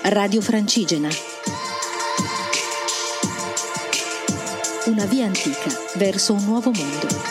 Radio Francigena. Una via antica verso un nuovo mondo.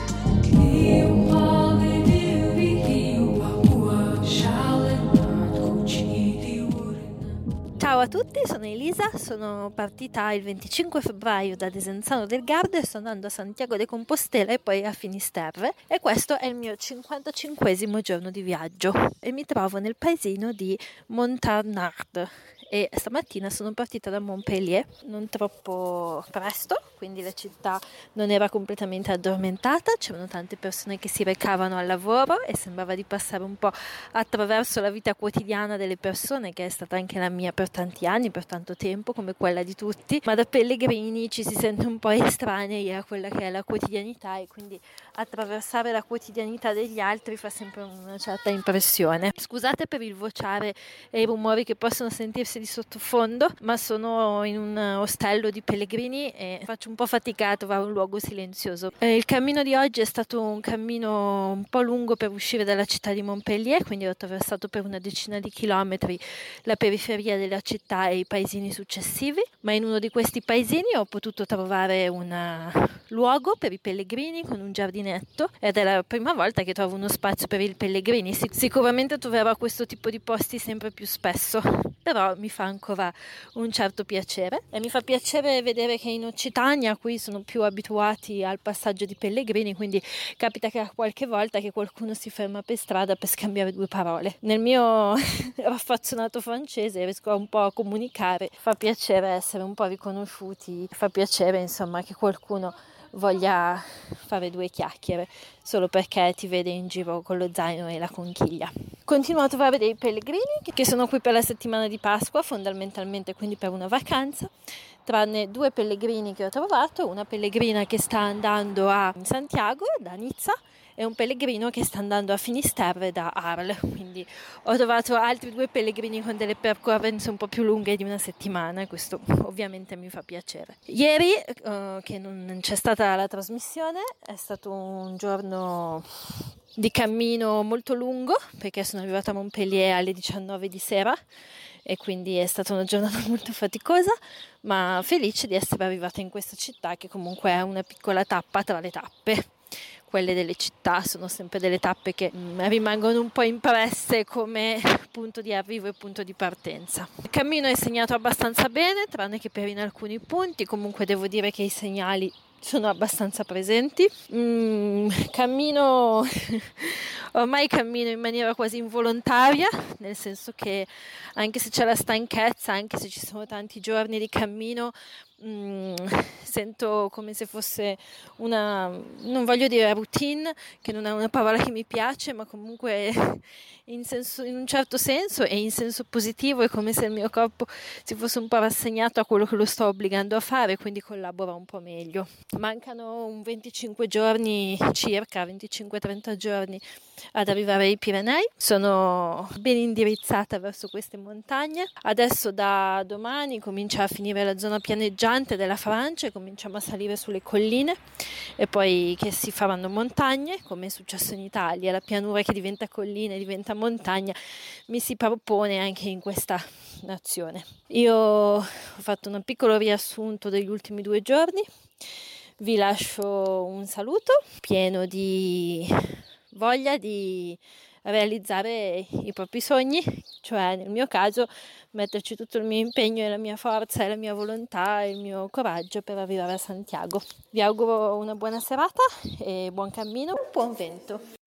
Ciao a tutti, sono Elisa, sono partita il 25 febbraio da Desenzano del Garda e sto andando a Santiago de Compostela e poi a Finisterre, e questo è il mio 55esimo giorno di viaggio e mi trovo nel paesino di Montarnard e stamattina sono partita da Montpellier non troppo presto, quindi la città non era completamente addormentata, c'erano tante persone che si recavano al lavoro e sembrava di passare un po' attraverso la vita quotidiana delle persone, che è stata anche la mia per tanti anni, per tanto tempo, come quella di tutti, ma da pellegrini ci si sente un po' estranei a quella che è la quotidianità e quindi attraversare la quotidianità degli altri fa sempre una certa impressione. Scusate per il vociare e i rumori che possono sentirsi di sottofondo, ma sono in un ostello di pellegrini e faccio un po' fatica a trovare un luogo silenzioso. Il cammino di oggi è stato un cammino un po' lungo per uscire dalla città di Montpellier, quindi ho attraversato per una decina di chilometri la periferia della città e i paesini successivi, ma in uno di questi paesini ho potuto trovare un luogo per i pellegrini con un giardinetto ed è la prima volta che trovo uno spazio per i pellegrini. Sicuramente troverò questo tipo di posti sempre più spesso, però mi fa ancora un certo piacere e mi fa piacere vedere che in Occitania qui sono più abituati al passaggio di pellegrini, quindi capita che qualche volta che qualcuno si ferma per strada per scambiare due parole. Nel mio raffazzonato francese riesco un po' a comunicare, fa piacere essere un po' riconosciuti, fa piacere insomma che qualcuno voglia fare due chiacchiere solo perché ti vede in giro con lo zaino e la conchiglia. Continuo a trovare dei pellegrini che sono qui per la settimana di Pasqua, fondamentalmente quindi per una vacanza, tranne due pellegrini che ho trovato, una pellegrina che sta andando a Santiago da Nizza e un pellegrino che sta andando a Finisterre da Arles, quindi ho trovato altri due pellegrini con delle percorrenze un po' più lunghe di una settimana e questo ovviamente mi fa piacere. Ieri che non c'è stata la trasmissione è stato un giorno di cammino molto lungo perché sono arrivata a Montpellier alle 19 di sera e quindi è stata una giornata molto faticosa, ma felice di essere arrivata in questa città che comunque è una piccola tappa tra le tappe. Quelle delle città sono sempre delle tappe che rimangono un po' impresse come punto di arrivo e punto di partenza. Il cammino è segnato abbastanza bene, tranne che per in alcuni punti, comunque devo dire che i segnali sono abbastanza presenti. Ormai cammino in maniera quasi involontaria, nel senso che anche se c'è la stanchezza, anche se ci sono tanti giorni di cammino, sento come se fosse non voglio dire routine, che non è una parola che mi piace, ma comunque in un certo senso e in senso positivo è come se il mio corpo si fosse un po' rassegnato a quello che lo sto obbligando a fare, quindi collabora un po' meglio. Mancano un 25 giorni circa, 25-30 giorni ad arrivare ai Pirenei, sono ben indirizzata verso queste montagne. Adesso da domani comincia a finire la zona pianeggiante della Francia e cominciamo a salire sulle colline e poi che si faranno montagne, come è successo in Italia, la pianura che diventa collina e diventa montagna mi si propone anche in questa nazione. Io ho fatto un piccolo riassunto degli ultimi 2 giorni, vi lascio un saluto pieno di voglia di realizzare i propri sogni, cioè nel mio caso metterci tutto il mio impegno e la mia forza e la mia volontà e il mio coraggio per arrivare a Santiago. Vi auguro una buona serata e buon cammino, buon vento.